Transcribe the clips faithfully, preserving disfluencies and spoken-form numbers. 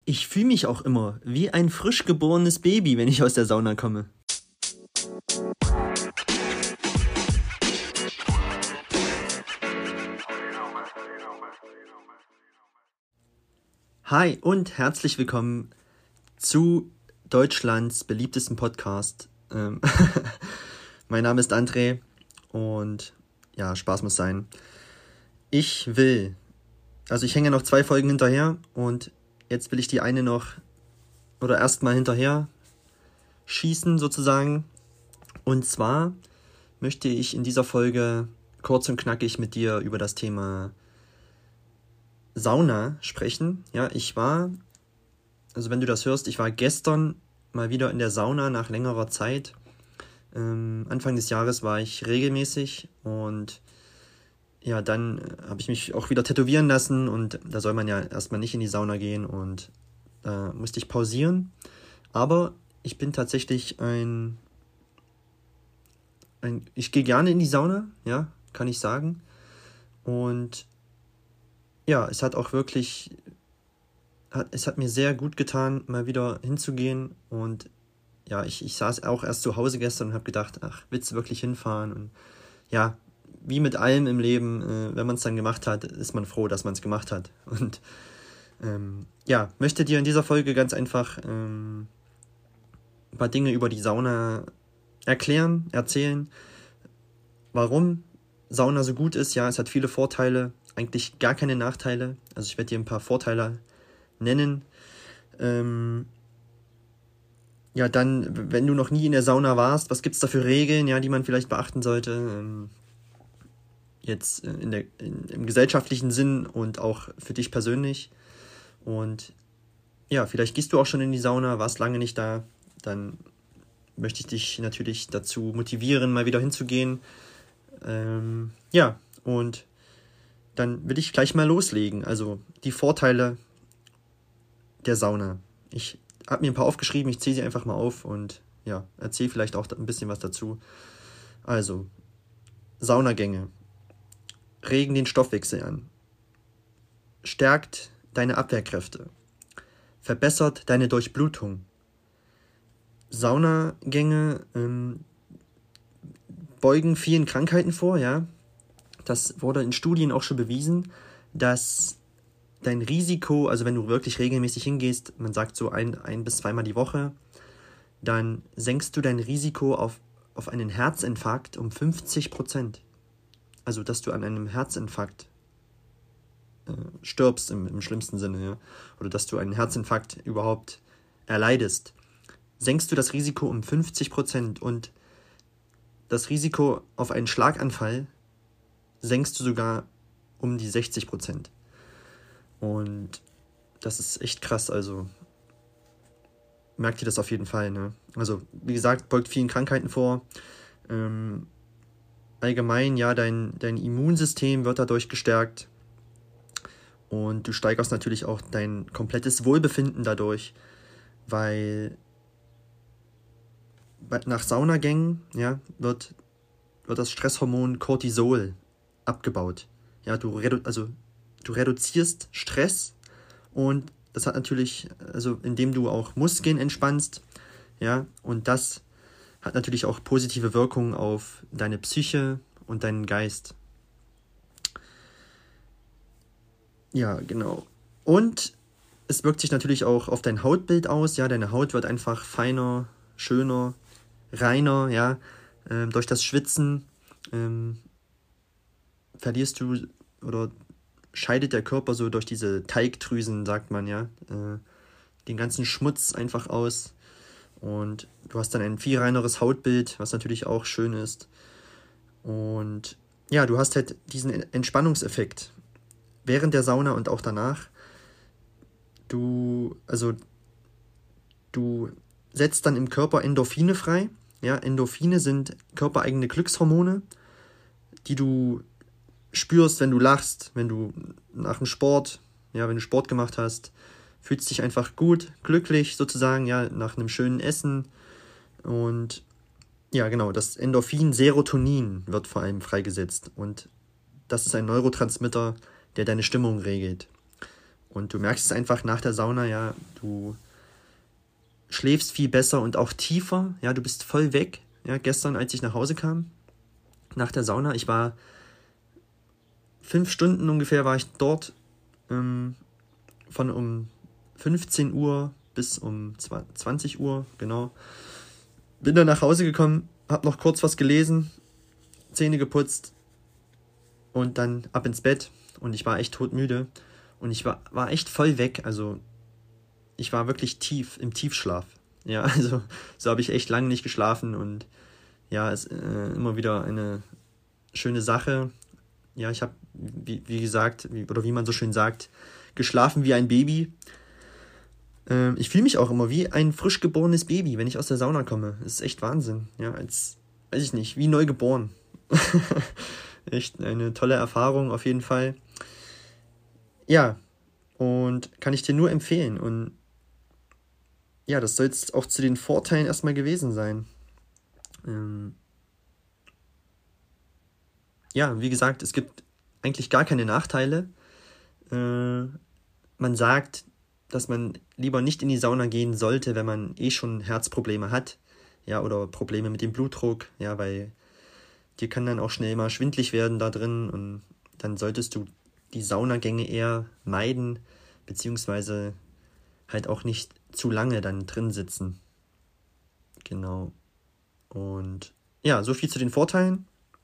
Ich fühle mich auch immer wie ein frisch geborenes Baby, wenn ich aus der Sauna komme. Hi und herzlich willkommen zu Deutschlands beliebtesten Podcast. Ähm mein Name ist André und ja, Spaß muss sein. Ich will, also ich hänge noch zwei Folgen hinterher und jetzt will ich die eine noch oder erstmal hinterher schießen sozusagen. Und zwar möchte ich in dieser Folge kurz und knackig mit dir über das Thema Sauna sprechen. Ja, ich war, also wenn du das hörst, ich war gestern mal wieder in der Sauna nach längerer Zeit. Ähm, Anfang des Jahres war ich regelmäßig und ja, dann habe ich mich auch wieder tätowieren lassen und da soll man ja erstmal nicht in die Sauna gehen und da musste ich pausieren. Aber ich bin tatsächlich ein, ein ich gehe gerne in die Sauna, ja, kann ich sagen. Und ja, es hat auch wirklich, hat, es hat mir sehr gut getan, mal wieder hinzugehen. Und ja, ich, ich saß auch erst zu Hause gestern und habe gedacht, ach, willst du wirklich hinfahren? Und ja, wie mit allem im Leben, äh, wenn man es dann gemacht hat, ist man froh, dass man es gemacht hat. Und ähm, ja, möchte dir in dieser Folge ganz einfach ähm, ein paar Dinge über die Sauna erklären, erzählen, warum Sauna so gut ist. Ja, es hat viele Vorteile, eigentlich gar keine Nachteile. Also ich werde dir ein paar Vorteile nennen. Ähm, ja, dann, wenn du noch nie in der Sauna warst, was gibt es da für Regeln, ja, die man vielleicht beachten sollte? Ähm, jetzt in der, in, im gesellschaftlichen Sinn und auch für dich persönlich. Und ja, vielleicht gehst du auch schon in die Sauna, warst lange nicht da, dann möchte ich dich natürlich dazu motivieren, mal wieder hinzugehen. Ähm, ja, und dann will ich gleich mal loslegen. Also die Vorteile der Sauna. Ich habe mir ein paar aufgeschrieben, ich zähle sie einfach mal auf und ja, erzähle vielleicht auch ein bisschen was dazu. Also, Saunagänge regen den Stoffwechsel an, stärkt deine Abwehrkräfte, verbessert deine Durchblutung. Saunagänge ähm, beugen vielen Krankheiten vor, ja. Das wurde in Studien auch schon bewiesen, dass dein Risiko, also wenn du wirklich regelmäßig hingehst, man sagt so ein, ein bis zweimal die Woche, dann senkst du dein Risiko auf, auf einen Herzinfarkt um fünfzig Prozent. Also, dass du an einem Herzinfarkt äh, stirbst im, im schlimmsten Sinne, ja. Oder dass du einen Herzinfarkt überhaupt erleidest. Senkst du das Risiko um fünfzig Prozent und das Risiko auf einen Schlaganfall senkst du sogar um die sechzig Prozent. Und das ist echt krass, also merkt ihr das auf jeden Fall, ne? Also, wie gesagt, beugt vielen Krankheiten vor. Ähm, allgemein, ja, dein, dein Immunsystem wird dadurch gestärkt. Und du steigerst natürlich auch dein komplettes Wohlbefinden dadurch, weil nach Saunagängen, ja, wird, wird das Stresshormon Cortisol abgebaut. Ja, du, redu- also, du reduzierst Stress und das hat natürlich, also indem du auch Muskeln entspannst, ja, und das hat natürlich auch positive Wirkungen auf deine Psyche und deinen Geist. Ja, genau. Und es wirkt sich natürlich auch auf dein Hautbild aus, ja, deine Haut wird einfach feiner, schöner, reiner, ja, ähm, durch das Schwitzen ähm, verlierst du oder scheidet der Körper so durch diese Teigdrüsen, sagt man, ja, äh, den ganzen Schmutz einfach aus und du hast dann ein viel reineres Hautbild, was natürlich auch schön ist. Und ja, du hast halt diesen Entspannungseffekt während der Sauna und auch danach. Du, also, du setzt dann im Körper Endorphine frei. Ja, Endorphine sind körpereigene Glückshormone, die du spürst, wenn du lachst, wenn du nach dem Sport, ja, wenn du Sport gemacht hast, fühlst dich einfach gut, glücklich sozusagen, ja, nach einem schönen Essen. Und ja, genau, das Endorphin Serotonin wird vor allem freigesetzt und das ist ein Neurotransmitter, der deine Stimmung regelt. Und du merkst es einfach nach der Sauna, ja, du schläfst viel besser und auch tiefer, ja, du bist voll weg. Ja, gestern, als ich nach Hause kam, nach der Sauna, ich war fünf Stunden ungefähr war ich dort, ähm, von um fünfzehn Uhr bis um zwanzig Uhr, genau. Bin dann nach Hause gekommen, hab noch kurz was gelesen, Zähne geputzt und dann ab ins Bett und ich war echt todmüde und ich war, war echt voll weg, also ich war wirklich tief, im Tiefschlaf. Ja, also so habe ich echt lange nicht geschlafen und ja, ist äh, immer wieder eine schöne Sache. Ja, ich habe, wie, wie gesagt, wie, oder wie man so schön sagt, geschlafen wie ein Baby. Ähm, ich fühle mich auch immer wie ein frisch geborenes Baby, wenn ich aus der Sauna komme. Das ist echt Wahnsinn. Ja, als, weiß ich nicht, wie neu geboren. Echt eine tolle Erfahrung auf jeden Fall. Ja, und kann ich dir nur empfehlen. Und ja, das soll jetzt auch zu den Vorteilen erstmal gewesen sein. Ähm, ja, wie gesagt, es gibt eigentlich gar keine Nachteile. Äh, man sagt, dass man lieber nicht in die Sauna gehen sollte, wenn man eh schon Herzprobleme hat, ja, oder Probleme mit dem Blutdruck, ja, weil dir kann dann auch schnell mal schwindlig werden da drin und dann solltest du die Saunagänge eher meiden, beziehungsweise halt auch nicht zu lange dann drin sitzen. Genau. Und ja, so viel zu den Vorteilen.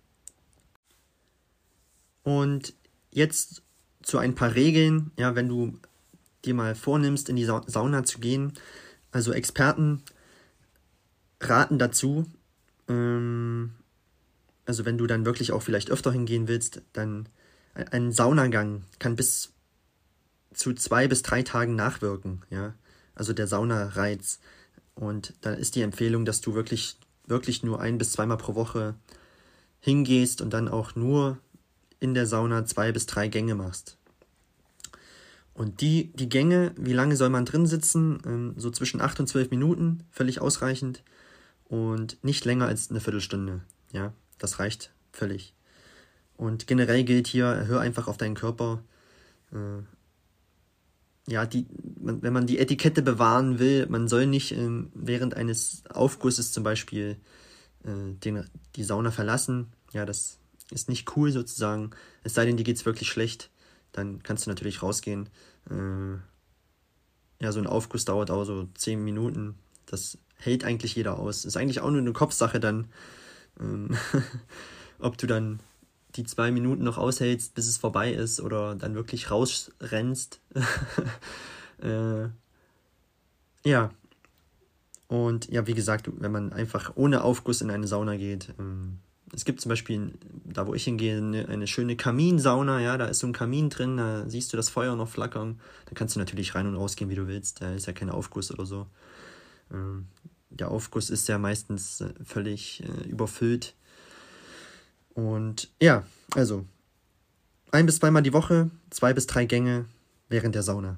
Und jetzt zu ein paar Regeln, ja, wenn du dir mal vornimmst, in die Sa- Sauna zu gehen. Also Experten raten dazu, ähm, also wenn du dann wirklich auch vielleicht öfter hingehen willst, dann ein ein Saunagang kann bis zu zwei bis drei Tagen nachwirken, ja, also der Saunareiz. Und da ist die Empfehlung, dass du wirklich, wirklich nur ein bis zweimal pro Woche hingehst und dann auch nur in der Sauna zwei bis drei Gänge machst. Und die, die Gänge, wie lange soll man drin sitzen? Ähm, so zwischen acht und zwölf Minuten, völlig ausreichend. Und nicht länger als eine Viertelstunde. Ja, das reicht völlig. Und generell gilt hier, hör einfach auf deinen Körper. Äh, ja, die, man, wenn man die Etikette bewahren will, man soll nicht ähm, während eines Aufgusses zum Beispiel äh, den, die Sauna verlassen. Ja, das ist nicht cool sozusagen. Es sei denn, dir geht's wirklich schlecht. Dann kannst du natürlich rausgehen. Äh, ja, so ein Aufguss dauert auch so zehn Minuten. Das hält eigentlich jeder aus. Ist eigentlich auch nur eine Kopfsache dann, ähm, ob du dann die zwei Minuten noch aushältst, bis es vorbei ist oder dann wirklich rausrennst. äh, ja, und ja, wie gesagt, wenn man einfach ohne Aufguss in eine Sauna geht, ähm, es gibt zum Beispiel, da wo ich hingehe, eine, eine schöne Kaminsauna, ja, da ist so ein Kamin drin, da siehst du das Feuer noch flackern, da kannst du natürlich rein und rausgehen, wie du willst, da ist ja kein Aufguss oder so. Ähm, der Aufguss ist ja meistens äh, völlig äh, überfüllt. Und ja, also ein bis zweimal die Woche, zwei bis drei Gänge während der Sauna.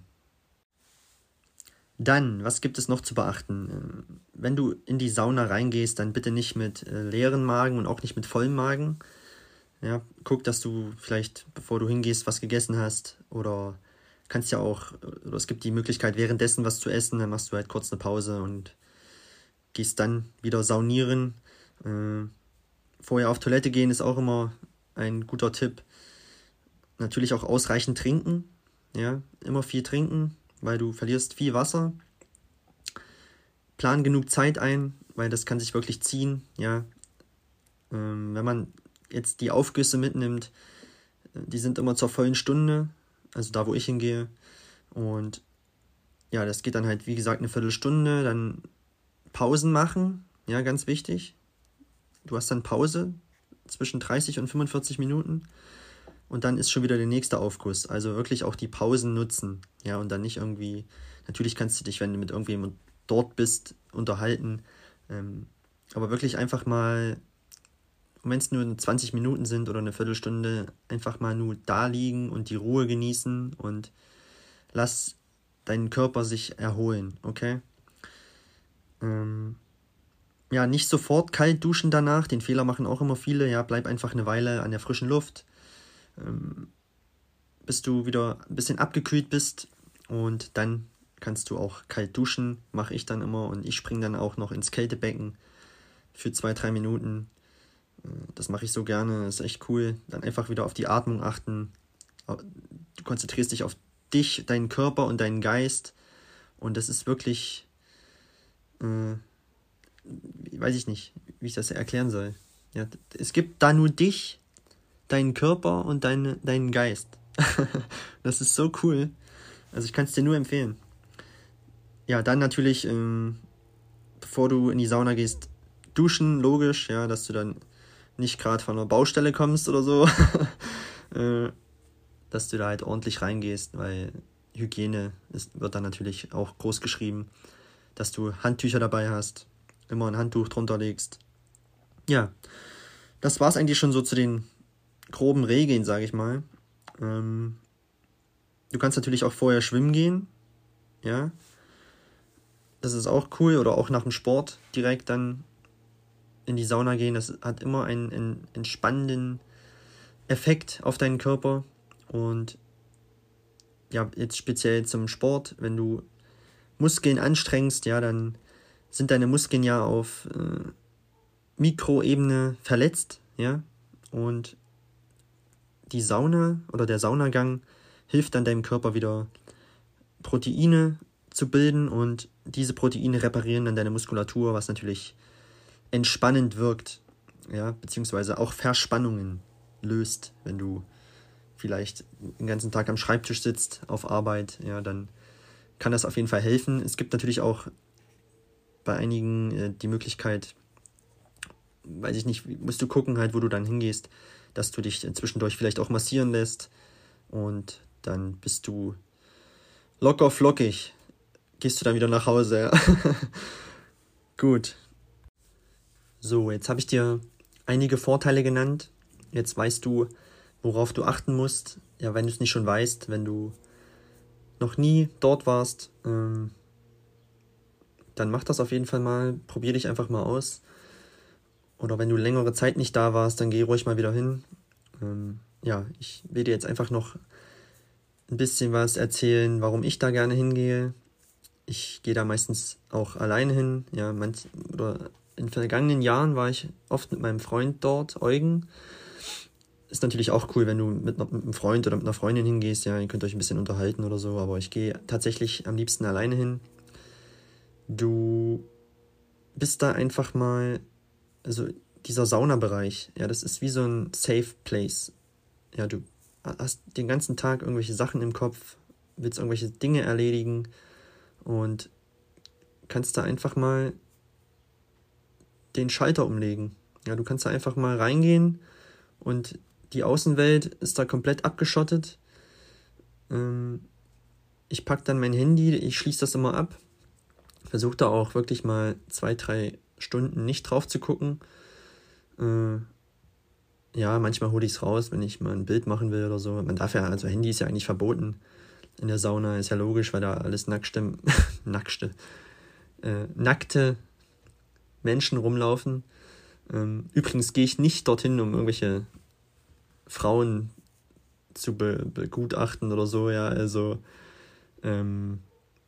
Dann, was gibt es noch zu beachten? Ähm, Wenn du in die Sauna reingehst, dann bitte nicht mit äh, leeren Magen und auch nicht mit vollem Magen. Ja, guck, dass du vielleicht, bevor du hingehst, was gegessen hast oder kannst ja auch, oder es gibt die Möglichkeit, währenddessen was zu essen, dann machst du halt kurz eine Pause und gehst dann wieder saunieren. Äh, vorher auf Toilette gehen ist auch immer ein guter Tipp. Natürlich auch ausreichend trinken, ja, immer viel trinken, weil du verlierst viel Wasser. Plan genug Zeit ein, weil das kann sich wirklich ziehen, ja. Ähm, wenn man jetzt die Aufgüsse mitnimmt, die sind immer zur vollen Stunde, also da, wo ich hingehe. Und ja, das geht dann halt, wie gesagt, eine Viertelstunde, dann Pausen machen, ja, ganz wichtig. Du hast dann Pause zwischen dreißig und fünfundvierzig Minuten und dann ist schon wieder der nächste Aufguss. Also wirklich auch die Pausen nutzen, ja, und dann nicht irgendwie, natürlich kannst du dich, wenn du mit irgendjemandem dort bist, unterhalten, ähm, aber wirklich einfach mal, wenn es nur zwanzig Minuten sind oder eine Viertelstunde, einfach mal nur da liegen und die Ruhe genießen und lass deinen Körper sich erholen, okay? Ähm, ja, nicht sofort kalt duschen danach, den Fehler machen auch immer viele, ja, bleib einfach eine Weile an der frischen Luft, ähm, bis du wieder ein bisschen abgekühlt bist, Und dann kannst du auch kalt duschen, mache ich dann immer. Und ich springe dann auch noch ins Kältebecken für zwei, drei Minuten. Das mache ich so gerne, das ist echt cool. Dann einfach wieder auf die Atmung achten. Du konzentrierst dich auf dich, deinen Körper und deinen Geist. Und das ist wirklich, äh, weiß ich nicht, wie ich das erklären soll. Ja, es gibt da nur dich, deinen Körper und deine, deinen Geist. Das ist so cool. Also ich kann es dir nur empfehlen. Ja, dann natürlich, ähm, bevor du in die Sauna gehst, duschen, logisch, ja, dass du dann nicht gerade von einer Baustelle kommst oder so. äh, dass du da halt ordentlich reingehst, weil Hygiene ist, wird dann natürlich auch groß geschrieben, dass du Handtücher dabei hast, immer ein Handtuch drunter legst. Ja, das war's eigentlich schon so zu den groben Regeln, sage ich mal. Ähm, du kannst natürlich auch vorher schwimmen gehen, ja. Das ist auch cool, oder auch nach dem Sport direkt dann in die Sauna gehen. Das hat immer einen, einen entspannenden Effekt auf deinen Körper. Und ja, jetzt speziell zum Sport, wenn du Muskeln anstrengst, ja, dann sind deine Muskeln ja auf äh, Mikroebene verletzt, ja, und die Sauna oder der Saunagang hilft dann deinem Körper wieder Proteine zu bilden und diese Proteine reparieren dann deine Muskulatur, was natürlich entspannend wirkt, ja, beziehungsweise auch Verspannungen löst, wenn du vielleicht den ganzen Tag am Schreibtisch sitzt, auf Arbeit, ja, dann kann das auf jeden Fall helfen. Es gibt natürlich auch bei einigen äh, die Möglichkeit, weiß ich nicht, musst du gucken halt, wo du dann hingehst, dass du dich zwischendurch vielleicht auch massieren lässt und dann bist du locker flockig, gehst du dann wieder nach Hause, ja. Gut. So, jetzt habe ich dir einige Vorteile genannt. Jetzt weißt du, worauf du achten musst. Ja, wenn du es nicht schon weißt, wenn du noch nie dort warst, ähm, dann mach das auf jeden Fall mal. Probier dich einfach mal aus. Oder wenn du längere Zeit nicht da warst, dann geh ruhig mal wieder hin. Ähm, ja, ich will dir jetzt einfach noch ein bisschen was erzählen, warum ich da gerne hingehe. Ich gehe da meistens auch alleine hin. Ja, manch, oder in vergangenen Jahren war ich oft mit meinem Freund dort, Eugen. Ist natürlich auch cool, wenn du mit, mit einem Freund oder mit einer Freundin hingehst. Ja, ihr könnt euch ein bisschen unterhalten oder so. Aber ich gehe tatsächlich am liebsten alleine hin. Du bist da einfach mal, also dieser Saunabereich, ja, das ist wie so ein Safe Place. Ja, du hast den ganzen Tag irgendwelche Sachen im Kopf, willst irgendwelche Dinge erledigen und kannst da einfach mal den Schalter umlegen. Ja, du kannst da einfach mal reingehen und die Außenwelt ist da komplett abgeschottet. Ähm, ich packe dann mein Handy, ich schließe das immer ab, versuche da auch wirklich mal zwei, drei Stunden nicht drauf zu gucken. Äh, ja, manchmal hole ich es raus, wenn ich mal ein Bild machen will oder so. Man darf ja, also Handy ist ja eigentlich verboten in der Sauna, ist ja logisch, weil da alles nackte, nackte, äh, nackte Menschen rumlaufen. Ähm, übrigens gehe ich nicht dorthin, um irgendwelche Frauen zu be- begutachten oder so, ja, also ähm,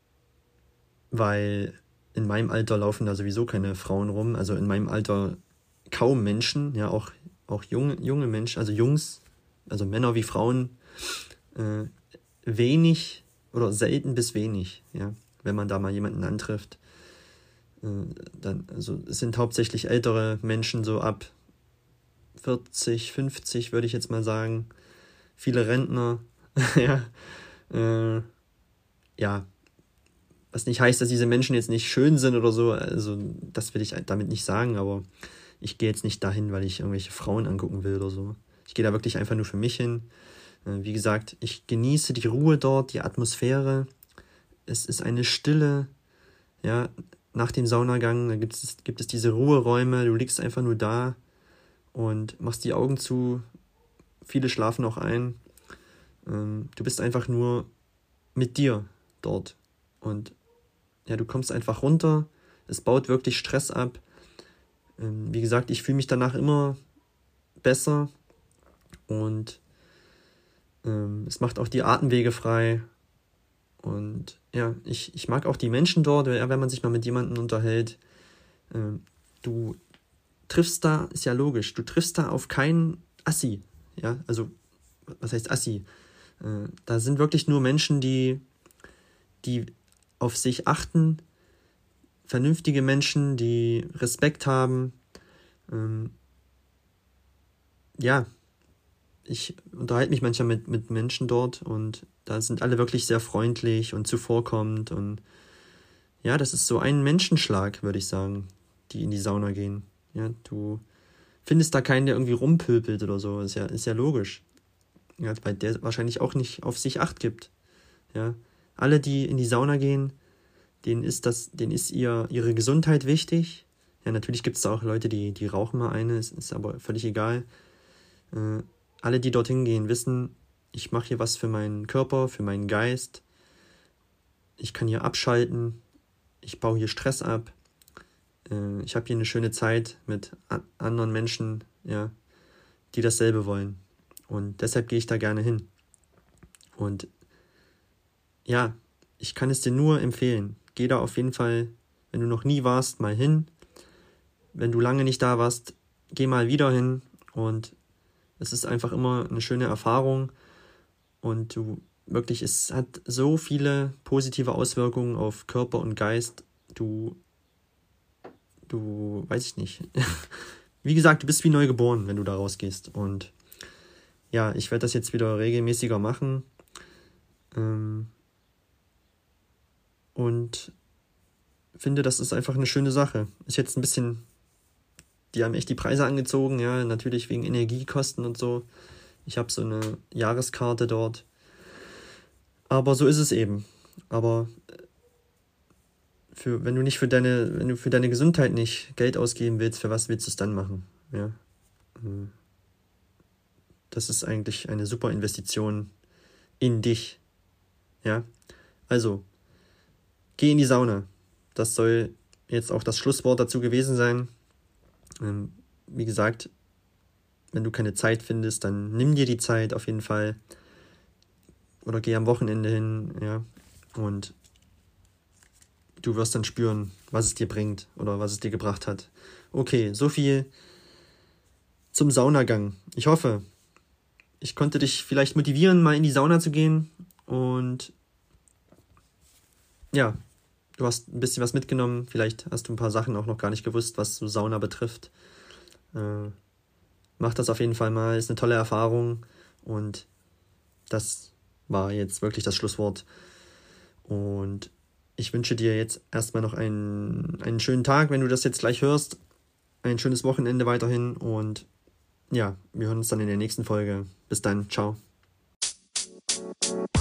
weil in meinem Alter laufen da sowieso keine Frauen rum, also in meinem Alter kaum Menschen, ja, auch, auch junge, junge Menschen, also Jungs, also Männer wie Frauen, äh, wenig oder selten bis wenig, ja, wenn man da mal jemanden antrifft. Äh, dann, also es sind hauptsächlich ältere Menschen, so ab vierzig, fünfzig würde ich jetzt mal sagen. Viele Rentner, ja, äh, ja, was nicht heißt, dass diese Menschen jetzt nicht schön sind oder so, also das will ich damit nicht sagen, aber ich gehe jetzt nicht dahin, weil ich irgendwelche Frauen angucken will oder so. Ich gehe da wirklich einfach nur für mich hin. Äh, wie gesagt, ich genieße die Ruhe dort, die Atmosphäre. Es ist eine Stille, ja, nach dem Saunagang, da gibt es, gibt es diese Ruheräume, du liegst einfach nur da und machst die Augen zu, viele schlafen auch ein. Ähm, du bist einfach nur mit dir dort und ja, du kommst einfach runter, es baut wirklich Stress ab. Ähm, wie gesagt, ich fühle mich danach immer besser und ähm, es macht auch die Atemwege frei Und ja, ich, ich mag auch die Menschen dort, wenn man sich mal mit jemandem unterhält. Äh, du triffst da, ist ja logisch, du triffst da auf keinen Assi. Ja, also, was heißt Assi? Äh, da sind wirklich nur Menschen, die, die auf sich achten, vernünftige Menschen, die Respekt haben. Ähm, ja, ich unterhalte mich manchmal mit, mit Menschen dort und da sind alle wirklich sehr freundlich und zuvorkommend und ja, das ist so ein Menschenschlag, würde ich sagen, die in die Sauna gehen. Ja, du findest da keinen, der irgendwie rumpöbelt oder so, ist ja, ist ja logisch. Ja, weil der wahrscheinlich auch nicht auf sich Acht gibt. Ja, alle, die in die Sauna gehen, denen ist das, denen ist ihr, ihre Gesundheit wichtig. Ja, natürlich gibt es da auch Leute, die, die rauchen mal eine, ist, ist aber völlig egal. Äh, alle, die dorthin gehen, wissen, ich mache hier was für meinen Körper, für meinen Geist. Ich kann hier abschalten. Ich baue hier Stress ab. Äh, ich habe hier eine schöne Zeit mit a- anderen Menschen, ja, die dasselbe wollen. Und deshalb gehe ich da gerne hin. Und ja, ich kann es dir nur empfehlen. Geh da auf jeden Fall, wenn du noch nie warst, mal hin. Wenn du lange nicht da warst, geh mal wieder hin. Und es ist einfach immer eine schöne Erfahrung. Und du wirklich, es hat so viele positive Auswirkungen auf Körper und Geist. Du, du, weiß ich nicht. Wie gesagt, du bist wie neu geboren, wenn du da rausgehst. Und ja, ich werde das jetzt wieder regelmäßiger machen. Ähm, und finde, das ist einfach eine schöne Sache. Ist jetzt ein bisschen, die haben echt die Preise angezogen, ja, natürlich wegen Energiekosten und so. Ich habe so eine Jahreskarte dort. Aber so ist es eben. Aber für, wenn du nicht für deine, wenn du für deine Gesundheit nicht Geld ausgeben willst, für was willst du es dann machen? Ja. Das ist eigentlich eine super Investition in dich. Ja. Also, geh in die Sauna. Das soll jetzt auch das Schlusswort dazu gewesen sein. Ähm, wie gesagt, wenn du keine Zeit findest, dann nimm dir die Zeit auf jeden Fall. Oder geh am Wochenende hin, ja. Und du wirst dann spüren, was es dir bringt oder was es dir gebracht hat. Okay, so viel zum Saunagang. Ich hoffe, ich konnte dich vielleicht motivieren, mal in die Sauna zu gehen. Und ja, du hast ein bisschen was mitgenommen. Vielleicht hast du ein paar Sachen auch noch gar nicht gewusst, was so Sauna betrifft. Äh, mach das auf jeden Fall mal. Ist eine tolle Erfahrung. Und das war jetzt wirklich das Schlusswort. Und ich wünsche dir jetzt erstmal noch einen, einen schönen Tag, wenn du das jetzt gleich hörst. Ein schönes Wochenende weiterhin. Und ja, wir hören uns dann in der nächsten Folge. Bis dann. Ciao.